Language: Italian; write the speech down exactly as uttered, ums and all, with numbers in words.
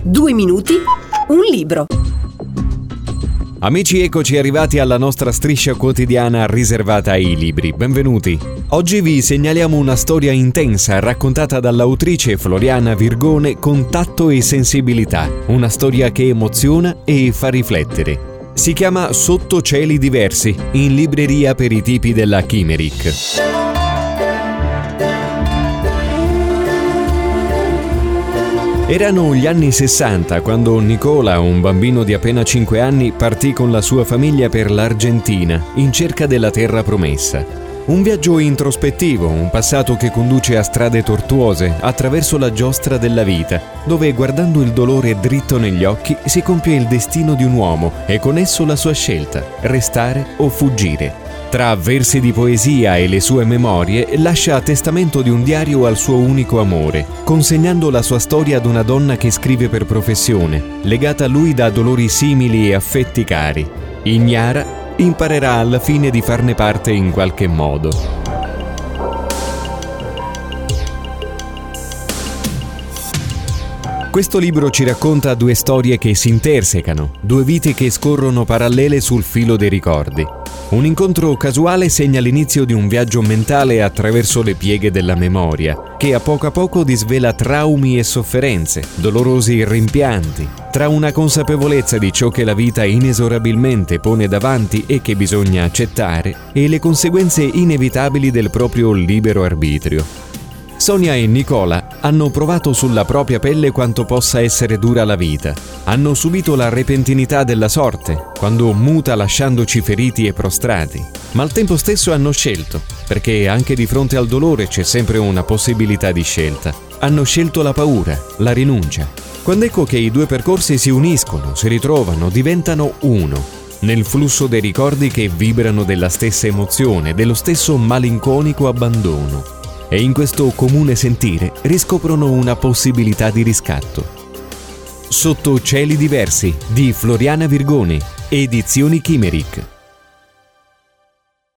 Due minuti, un libro. Amici, eccoci arrivati alla nostra striscia quotidiana riservata ai libri. Benvenuti. Oggi vi segnaliamo una storia intensa raccontata dall'autrice Floriana Virgone con tatto e sensibilità. Una storia che emoziona e fa riflettere. Si chiama Sotto cieli diversi, in libreria per i tipi della Kimeric. Erano gli anni sessanta quando Nicola, un bambino di appena cinque anni, partì con la sua famiglia per l'Argentina in cerca della terra promessa. Un viaggio introspettivo, un passato che conduce a strade tortuose attraverso la giostra della vita, dove guardando il dolore dritto negli occhi si compie il destino di un uomo e con esso la sua scelta, restare o fuggire. Tra versi di poesia e le sue memorie, lascia testamento di un diario al suo unico amore, consegnando la sua storia ad una donna che scrive per professione, legata a lui da dolori simili e affetti cari. Ignara, imparerà alla fine di farne parte in qualche modo. Questo libro ci racconta due storie che si intersecano, due vite che scorrono parallele sul filo dei ricordi. Un incontro casuale segna l'inizio di un viaggio mentale attraverso le pieghe della memoria, che a poco a poco disvela traumi e sofferenze, dolorosi rimpianti, tra una consapevolezza di ciò che la vita inesorabilmente pone davanti e che bisogna accettare, e le conseguenze inevitabili del proprio libero arbitrio. Sonia e Nicola hanno provato sulla propria pelle quanto possa essere dura la vita. Hanno subito la repentinità della sorte, quando muta lasciandoci feriti e prostrati. Ma al tempo stesso hanno scelto, perché anche di fronte al dolore c'è sempre una possibilità di scelta. Hanno scelto la paura, la rinuncia. Quando ecco che i due percorsi si uniscono, si ritrovano, diventano uno, nel flusso dei ricordi che vibrano della stessa emozione, dello stesso malinconico abbandono. E in questo comune sentire riscoprono una possibilità di riscatto. Sotto cieli diversi di Floriana Virgone, edizioni Kimeric.